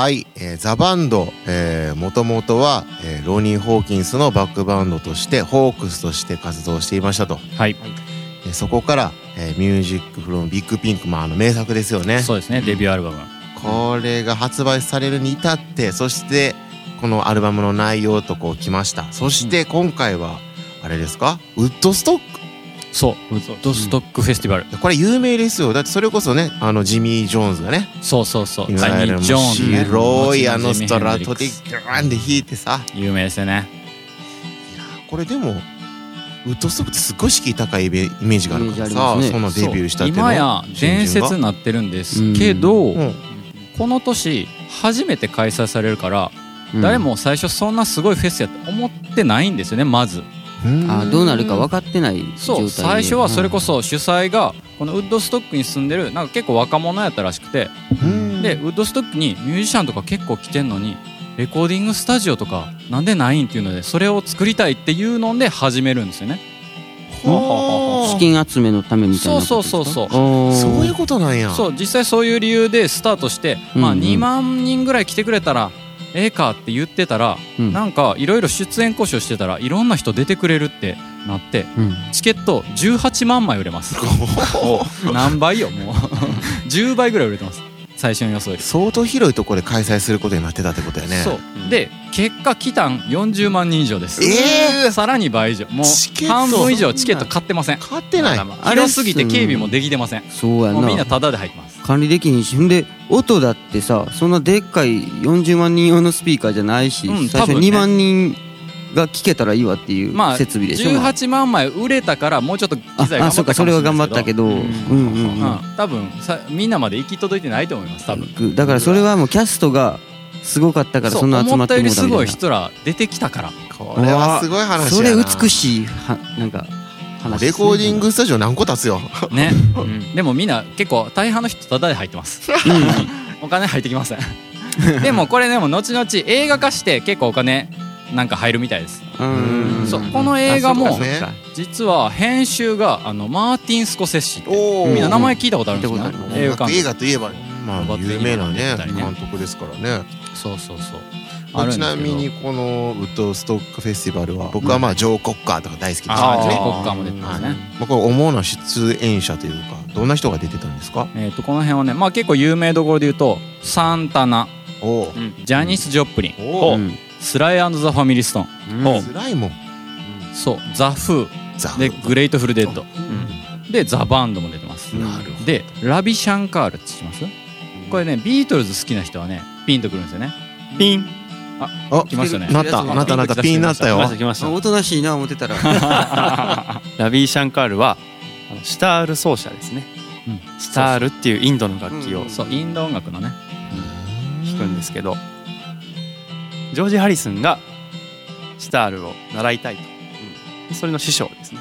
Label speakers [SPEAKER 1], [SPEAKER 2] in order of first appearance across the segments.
[SPEAKER 1] 、ザ・バンド、もともとは、ロニー・ホーキンスのバックバンドとしてホークスとして活動していましたと。
[SPEAKER 2] はい。
[SPEAKER 1] そこから、ミュージックフロムビッグピンク、名作ですよね。
[SPEAKER 2] そうですね、デビューアルバム。
[SPEAKER 1] これが発売されるに至って、そしてこのアルバムの内容とこう来ました。そして今回はあれですか、ウッドストック。
[SPEAKER 2] そう、ウッドストックフェスティバル。
[SPEAKER 1] これ有名ですよ。だってそれこそね、ジミー・ジョーンズがね、
[SPEAKER 2] そうジミ
[SPEAKER 1] ー・ジョーンズ、白いストラトでガーンで弾いてさ、
[SPEAKER 2] 有名ですよね。
[SPEAKER 1] いやこれでもウッドストックってすっごい敷居高いイメージがあるからさ、そんなデビューしたって
[SPEAKER 2] 今や伝説になってるんですけど、この年初めて開催されるから、誰も最初そんなすごいフェスやって思ってないんですよね。まず
[SPEAKER 3] どうなるか分かってない状態で、
[SPEAKER 2] 最初はそれこそ主催がこのウッドストックに住んでるなんか結構若者やったらしくて、でウッドストックにミュージシャンとか結構来てんのにレコーディングスタジオとかなんでないんっていうので、それを作りたいっていうので始めるんですよね。
[SPEAKER 3] 資金集めのためみたいなことですか？
[SPEAKER 1] そういうことなんや。
[SPEAKER 2] そう実際そういう理由でスタートして、2万人ぐらい来てくれたらええかって言ってたら、なんかいろいろ出演交渉してたらいろんな人出てくれるってなって、チケット18万枚売れます。何倍よ、もう10倍ぐらい売れてます、最初の予想より。
[SPEAKER 1] 相当広いところで開催することになってたってことやね。
[SPEAKER 2] そうで結果来たん40万人以上です。さらに倍以上、もう半分以上チケット買ってません。
[SPEAKER 1] 買ってない。
[SPEAKER 2] 広すぎて警備もできてません。
[SPEAKER 3] そうやな、
[SPEAKER 2] もうみんなタダで入ってます。
[SPEAKER 3] 管理できひんし、んで音だってさ、そんなでっかい40万人用のスピーカーじゃないし、最初2万人が聞けたらいいわっていう設備でしょ。
[SPEAKER 2] 18万枚売れたからもうちょっと機材頑張ったかもしれないですけど、
[SPEAKER 3] そうか、それは頑張ったけど、
[SPEAKER 2] 多分みんなまで行き届いてないと思います。多分
[SPEAKER 3] だからそれはもうキャストがすごかったから、そんな集まってもらったみたいな。思ったより
[SPEAKER 2] すごい人ら出てきたから。
[SPEAKER 1] これはすごい話やな。
[SPEAKER 3] それ美しいなんか話、
[SPEAKER 1] レコーディングスタジオ何個経つよ
[SPEAKER 2] ね。でもみんな結構大半の人タダで入ってます。お金入ってきません。でもこれでも後々映画化して結構お金なんか入るみたいです。そうこの映画も実は編集がマーティン・スコセッシって、みんな名前聞いたことあるんですか？
[SPEAKER 1] 映画といえば有名なね監督ですからね。
[SPEAKER 2] そう
[SPEAKER 1] ちなみにこのウッドストックフェスティバルは僕はジョー・コッカーとか大好きですね。
[SPEAKER 2] ジョー・コッカーも出てますね。
[SPEAKER 1] これ主な出演者というかどんな人が出てたんですか？
[SPEAKER 2] この辺はね、結構有名どころで言うとサンタナ、ジャニス・ジョプリン、スライ&ザ・ファミリー・ストーン、
[SPEAKER 1] スライも
[SPEAKER 2] そうザ・フーでグレイトフル・デッドでザ・バンドも出てます。でラビ・シャンカールって知ってます？これねビートルズ好きな人はねピンとくるんですよね。ピン来ましたね。
[SPEAKER 1] なったピンになったよ。
[SPEAKER 3] おとなしいな思ってたら
[SPEAKER 4] ラビー・シャンカールはシタール奏者ですね。シタールっていうインドの楽器を
[SPEAKER 2] インド音楽のね
[SPEAKER 4] 弾くんですけど、ジョージ・ハリスンがシタールを習いたいと、それの師匠ですね。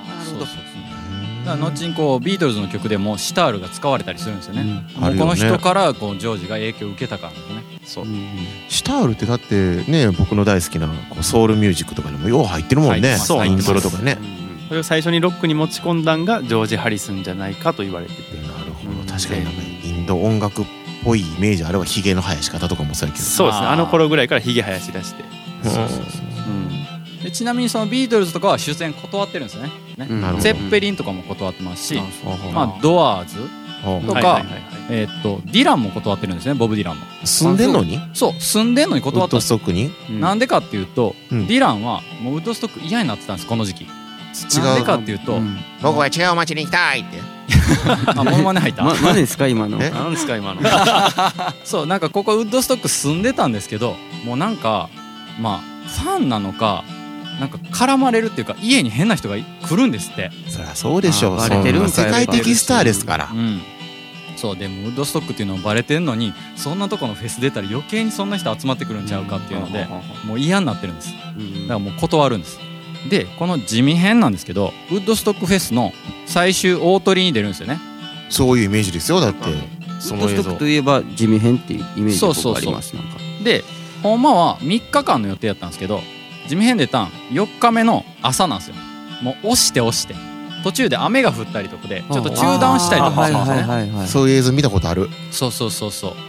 [SPEAKER 2] 後にこうビートルズの曲でもシタールが使われたりするんですよね。もうこの人からこうジョージが影響を受けたからですね。そう
[SPEAKER 1] シタールってだってね、僕の大好きなソウルミュージックとかでもよう入ってるもんね。イントロとかね。
[SPEAKER 4] それを最初にロックに持ち込んだんがジョージ・ハリスンじゃないかと言われてて。
[SPEAKER 1] なるほど、確かになんかインド音楽っぽいイメージあればヒゲの生やし方とかもそうやけど。
[SPEAKER 4] そうですね、あの頃ぐらいからヒゲ生やし出して。
[SPEAKER 2] でちなみにそのビートルズとかは出演断ってるんですよね。ゼッペリンとかも断ってますし、ドアーズとかディランも断ってるんですね。ボブ・ディランも
[SPEAKER 1] 住んでんのに。
[SPEAKER 2] そう住んでんのに断った。
[SPEAKER 1] ウッドストックに。
[SPEAKER 2] なんでかっていうとディランはもうウッドストック嫌になってたんです、この時期。なんでかっていうと
[SPEAKER 1] 僕は違う街に行きたいって
[SPEAKER 2] モノマネ入った。
[SPEAKER 3] 何ですか今の。
[SPEAKER 4] 何ですか今の。
[SPEAKER 2] そうなんかここウッドストック住んでたんですけど、もうなんかファンなのかなんか絡まれるっていうか家に変な人が来るんですって。
[SPEAKER 1] そりゃそうでしょう。
[SPEAKER 3] バレてるんか。
[SPEAKER 1] 世界的スターですから。
[SPEAKER 2] そうでもウッドストックっていうのはバレてんのに、そんなとこのフェス出たら余計にそんな人集まってくるんちゃうかっていうのでもう嫌になってるんです。だからもう断るんです。でこの地味編なんですけど、ウッドストックフェスの最終大トリに出るんですよね。
[SPEAKER 1] そういうイメージですよ。だって
[SPEAKER 3] その映像ウッドストックといえば地味編っていうイメージが僕あります。なんか
[SPEAKER 2] でほんまは3日間の予定やったんですけど、地味編出たん4日目の朝なんですよ。もう押して途中で雨が降ったりとかでちょっと中断したりとかしたんですよね。
[SPEAKER 1] そういう映像見たことある。
[SPEAKER 2] そう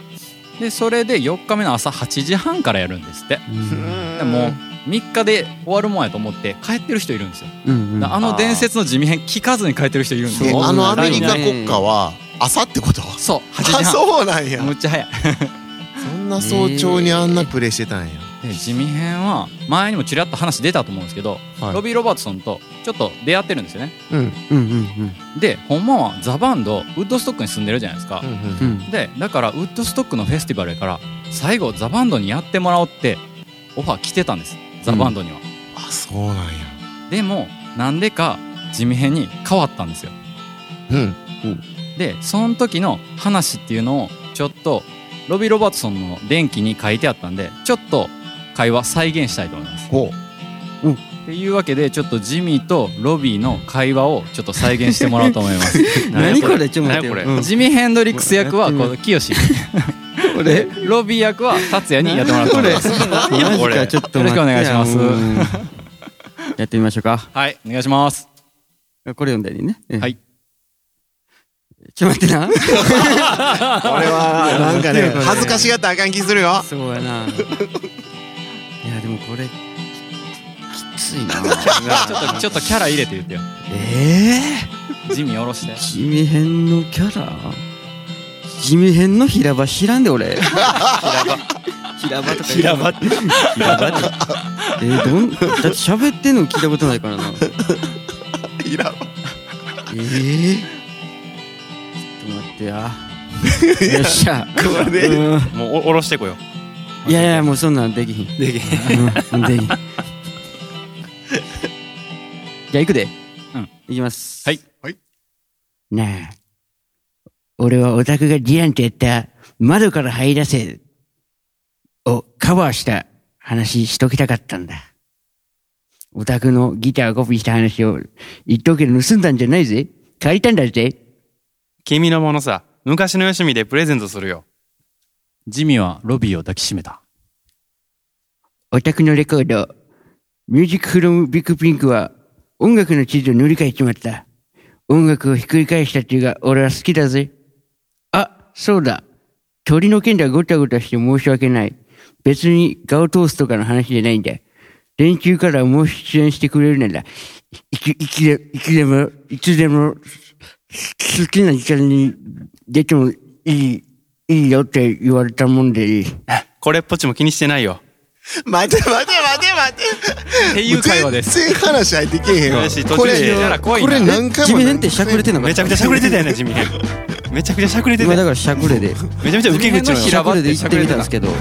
[SPEAKER 2] でそれで4日目の朝8時半からやるんですって。でも3日で終わるもんやと思って帰ってる人いるんですよ。あの伝説の地味編聞かずに帰ってる人いるんですよ。
[SPEAKER 1] アメリカ国歌は朝ってこと？
[SPEAKER 2] そう8時半。
[SPEAKER 1] そうなんや。
[SPEAKER 2] むっちゃ早い
[SPEAKER 1] そんな早朝にあんなプレイしてたんや。
[SPEAKER 2] で地味編は前にもちらっと話出たと思うんですけど、ロビー・ロバートソンとちょっと出会ってるんですよね。でほんまはザ・バンドウッドストックに住んでるじゃないですか。でだからウッドストックのフェスティバルやから最後ザ・バンドにやってもらおうってオファー来てたんです、ザ・バンドには。
[SPEAKER 1] あ、そうなんや。
[SPEAKER 2] でもなんでか地味編に変わったんですよ。でその時の話っていうのをちょっとロビー・ロバートソンの伝記に書いてあったんでちょっと会話再現したいと思います。っていうわけでちょっとジミーとロビーの会話をちょっと再現してもらおうと思います
[SPEAKER 3] 何これちょっと待ってよ。
[SPEAKER 2] ジミー・ヘンドリックス役はこの清ロビー役は達也にやってもらうと思います。
[SPEAKER 3] マジか、ちょっと
[SPEAKER 2] よろしくお願いします。
[SPEAKER 3] やってみましょうか。
[SPEAKER 2] はい、お願いします。
[SPEAKER 3] これ読んだりね。
[SPEAKER 2] はい。
[SPEAKER 3] ちょっと待ってな。これ
[SPEAKER 1] はなんかね恥ずかしがったらあかん気するよ。
[SPEAKER 3] そうやな。いやでもこれきついな。
[SPEAKER 2] ちょっとキャラ入れて言ってよ。ジミー下ろして。
[SPEAKER 3] 地味編のキャラ。地味編の平場知らんで俺。平場とか。
[SPEAKER 4] 平場って。だって
[SPEAKER 3] 喋ってんの聞いたことないからな。
[SPEAKER 1] 平場。
[SPEAKER 3] ちょっと待ってや。よっしゃ。
[SPEAKER 1] これで
[SPEAKER 4] もう下ろしてこよ。
[SPEAKER 3] いやいやもうそんなんできひん。できひん。じゃあ行くで。行きます。
[SPEAKER 2] はい。
[SPEAKER 3] なあ、俺はオタクがディランとやった窓から這い出せをカバーした話しときたかったんだ。オタクのギターをコピーした話を言っとくけど盗んだんじゃないぜ。借りたんだぜ。
[SPEAKER 4] 君のものさ、昔のよしみでプレゼントするよ。
[SPEAKER 2] ジミーはロビーを抱きしめた。
[SPEAKER 3] オタクのレコード、ミュージックフロムビッグピンクは音楽の地図を塗り替えちまった。音楽をひっくり返したっていうが俺は好きだぜ。あ、そうだ。鳥の件ではごたごたして申し訳ない。別にガオ通すとかの話じゃないんだ。連中からもう出演してくれるなら、いつでも好きな時間に出てもいいよって言われたもんで。
[SPEAKER 4] これっぽっちも気にしてないよ。
[SPEAKER 1] 待て
[SPEAKER 2] っていう会話です。
[SPEAKER 1] 全然話入ってけへんわ。
[SPEAKER 4] こ
[SPEAKER 1] れ何回も
[SPEAKER 3] 地味編ってしゃくれてんのか。
[SPEAKER 4] めちゃくちゃしゃくれてたよね、地味編。めちゃくちゃしゃくれてた。
[SPEAKER 3] 今だからしゃくれで
[SPEAKER 4] めちゃめちゃ受け口の
[SPEAKER 3] しゃくれで言ってみたんですけど。違い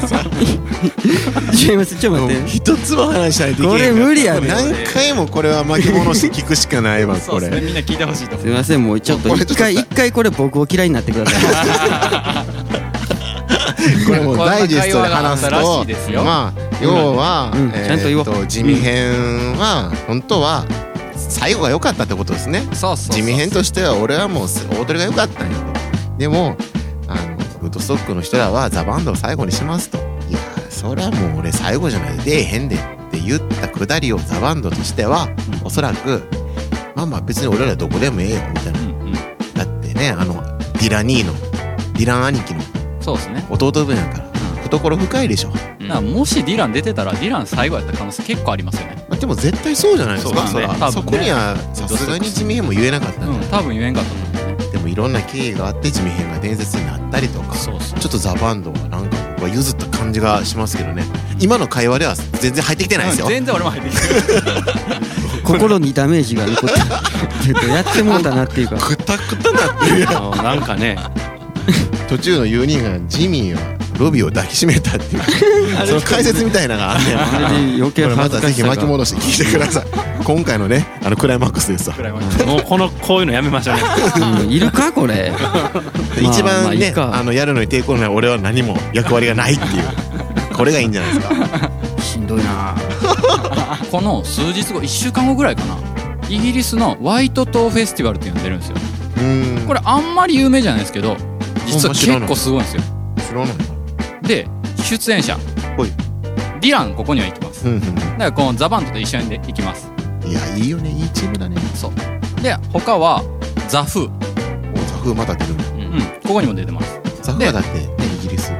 [SPEAKER 3] ます。ちょっと待って。
[SPEAKER 1] 一つも話入ってけへん。
[SPEAKER 3] これ無理やね。
[SPEAKER 1] 何回もこれは巻き戻して聞くしかないわ。これ
[SPEAKER 2] みんな聞いてほしいと思う。
[SPEAKER 3] すいません、もうちょっと一回これ僕を嫌いになってください。
[SPEAKER 1] これもうダイジェストで話すと、まあ要は地味編は本当は最後が良かったってことですね。地味編としては俺はもう大鳥が良かったんよ。でもウッドストックの人らはザ・バンドを最後にしますと。いやそれはもう俺最後じゃないと出えへんでって言ったくだりをザ・バンドとしてはおそらくまあ別に俺らどこでもええよみたいな。だってねディラン兄貴の弟分やから懐深いでしょ。
[SPEAKER 2] もしディラン出てたらディラン最後やった可能性結構ありますよね。
[SPEAKER 1] でも絶対そうじゃないですか。そこにはさすがに地味編も言えなかったんだ。
[SPEAKER 2] 多分言えんかったと思うね。
[SPEAKER 1] でもいろんな経緯があって地味編が伝説になったりとか、ちょっとザ・バンドはなんか僕は譲った感じがしますけどね。今の会話では全然入ってきてないですよ。
[SPEAKER 2] 全然俺も入ってきてない。
[SPEAKER 3] 心にダメージが残ってやってもんだなっていうか
[SPEAKER 1] くたくたなってるやん。
[SPEAKER 4] なんかね
[SPEAKER 1] 途中のユーニーがジミーはロビーを抱きしめたっていうその解説みたいなのがあんねん。
[SPEAKER 3] 余計
[SPEAKER 1] またぜひ巻き戻して聞いてください。今回のねクライマックスですわ。
[SPEAKER 4] もうこういうのやめましょうね。
[SPEAKER 3] いるかこれ。
[SPEAKER 1] 一番ねやるのに抵抗ない俺は何も役割がないっていうこれがいいんじゃないですか。
[SPEAKER 3] しんどいな。
[SPEAKER 2] この数日後1週間後ぐらいかな、イギリスのホワイト島フェスティバルっていうのが出るんですよ。これあんまり有名じゃないですけど実は結構すごいんですよ。
[SPEAKER 1] 知らない。
[SPEAKER 2] で出演者ディランここには行きます。だからこのザ・バンドと一緒に行きます。
[SPEAKER 1] いやいいよね、いいチームだね。
[SPEAKER 2] そうで他はザ・フー。
[SPEAKER 1] ザ・フーまた出るんだ。
[SPEAKER 2] ここにも出てます。
[SPEAKER 1] ザ・フーはだってねイギリス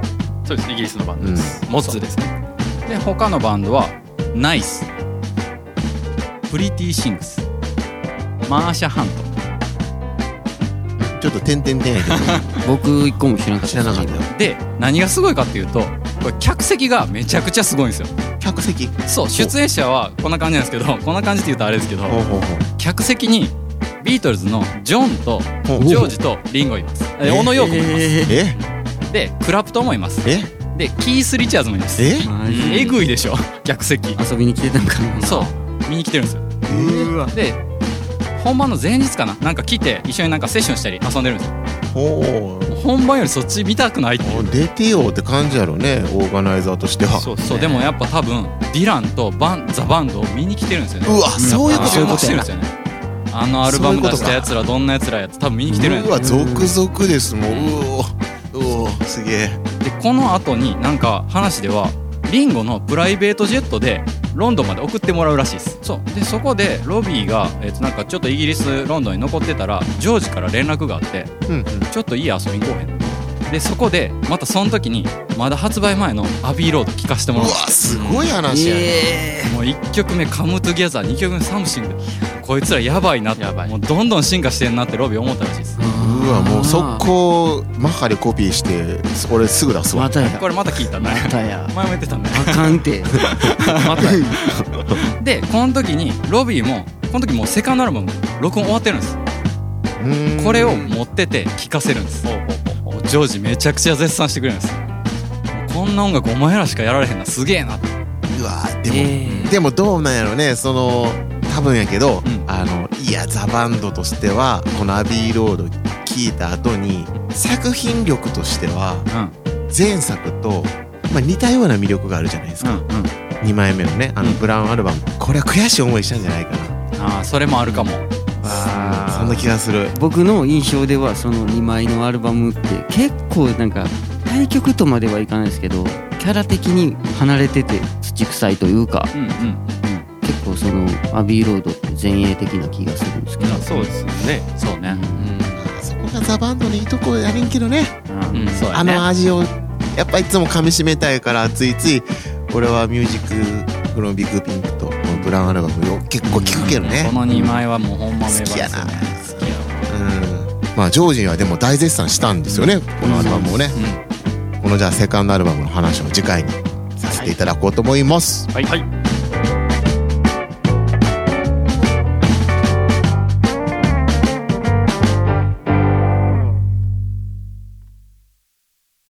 [SPEAKER 4] そうです、イギリスのバンドです、
[SPEAKER 2] モッツですね。で他のバンドはナイス、プリティシングス、マーシャハント。
[SPEAKER 1] ちょっと点々点やけど
[SPEAKER 3] 僕一個も知らなかったよ。
[SPEAKER 2] で何がすごいかっていうと、これ客席がめちゃくちゃすごいんですよ。
[SPEAKER 1] 客席？
[SPEAKER 2] そう、出演者はこんな感じなんですけど、こんな感じって言うとあれですけど、客席にビートルズのジョンとジョージとリンゴいます。小野陽子もいます。でクラプトンもいます。でキース・リチャーズもいます。えぐいでしょ客席。
[SPEAKER 3] 遊びに来てたんかな。
[SPEAKER 2] そう見に来てるんですよ。で本番の前日かな、なんか来て一緒になんかセッションしたり遊んでるんですよ。本番よりそっち見たくないっていう。
[SPEAKER 1] 出てよって感じやろね、オーガナイザーとしては。
[SPEAKER 2] そうでもやっぱ多分ディランとザ・バンドを見に来てるんですよね。
[SPEAKER 1] うわ、そういうこと
[SPEAKER 2] 注目してるんですよね。あのアルバム出したやつらどんなやつらやつ多分見に来てるんですよ。
[SPEAKER 1] うわ、続々ですもん。うおすげえ。
[SPEAKER 2] でこの後になんか話ではリンゴのプライベートジェットでロンドンまで送ってもらうらしいです。そうでそこでロビーが、なんかちょっとイギリスロンドンに残ってたらジョージから連絡があって、ちょっと家遊びに行こうへん。でそこでまたその時にまだ発売前のアビーロード聴かせてもらう。
[SPEAKER 1] うわすごい話やね。
[SPEAKER 2] もう1曲目カムトゥギャザー、2曲目サムシング、こいつらやばいなって、もうどんどん進化してんなってロビー思ったらしいです。
[SPEAKER 1] うわもう速攻マッハでコピーして俺すぐ出すわ。
[SPEAKER 3] またや
[SPEAKER 2] これまた聞いたね。
[SPEAKER 3] またや
[SPEAKER 2] 前も言ってたね。
[SPEAKER 3] あかんて
[SPEAKER 2] またやでこの時にロビーもこの時もうセカンドアルバム録音終わってるんです。これを持ってて聴かせるんです。ジョージめちゃくちゃ絶賛してくれるんです。こんな音楽お前らしかやられへんな、すげえなって。
[SPEAKER 1] うわでもどうなんやろね、その多分やけど、いやザ・バンドとしてはこのアビーロード聴いた後に作品力としては前作と、似たような魅力があるじゃないですか、2枚目のねブラウンアルバム、これは悔しい思いしたんじゃないかな。
[SPEAKER 2] それもあるかも。
[SPEAKER 1] そんな気がする。
[SPEAKER 3] 僕の印象ではその2枚のアルバムって結構なんか対曲とまではいかないですけどキャラ的に離れてて土臭いというか、結構そのアビーロードって前衛的な気がするんですけど。
[SPEAKER 4] そうですよね。
[SPEAKER 2] そうね、
[SPEAKER 1] そこがザ・バンドのいいとこやねんけどね、
[SPEAKER 2] そうやね、
[SPEAKER 1] あの味をやっぱいつも噛みしめたいからついつい俺はミュージックフロムビッグピンクとブラウンアルバムを結構聴くけどね、
[SPEAKER 2] この2枚はもうほんま名盤ですよね。
[SPEAKER 1] 好きやな。ジョージはでも大絶賛したんですよね、このアルバムをね。このじゃあセカンドアルバムの話を次回にさせていただこうと思います。
[SPEAKER 4] はい。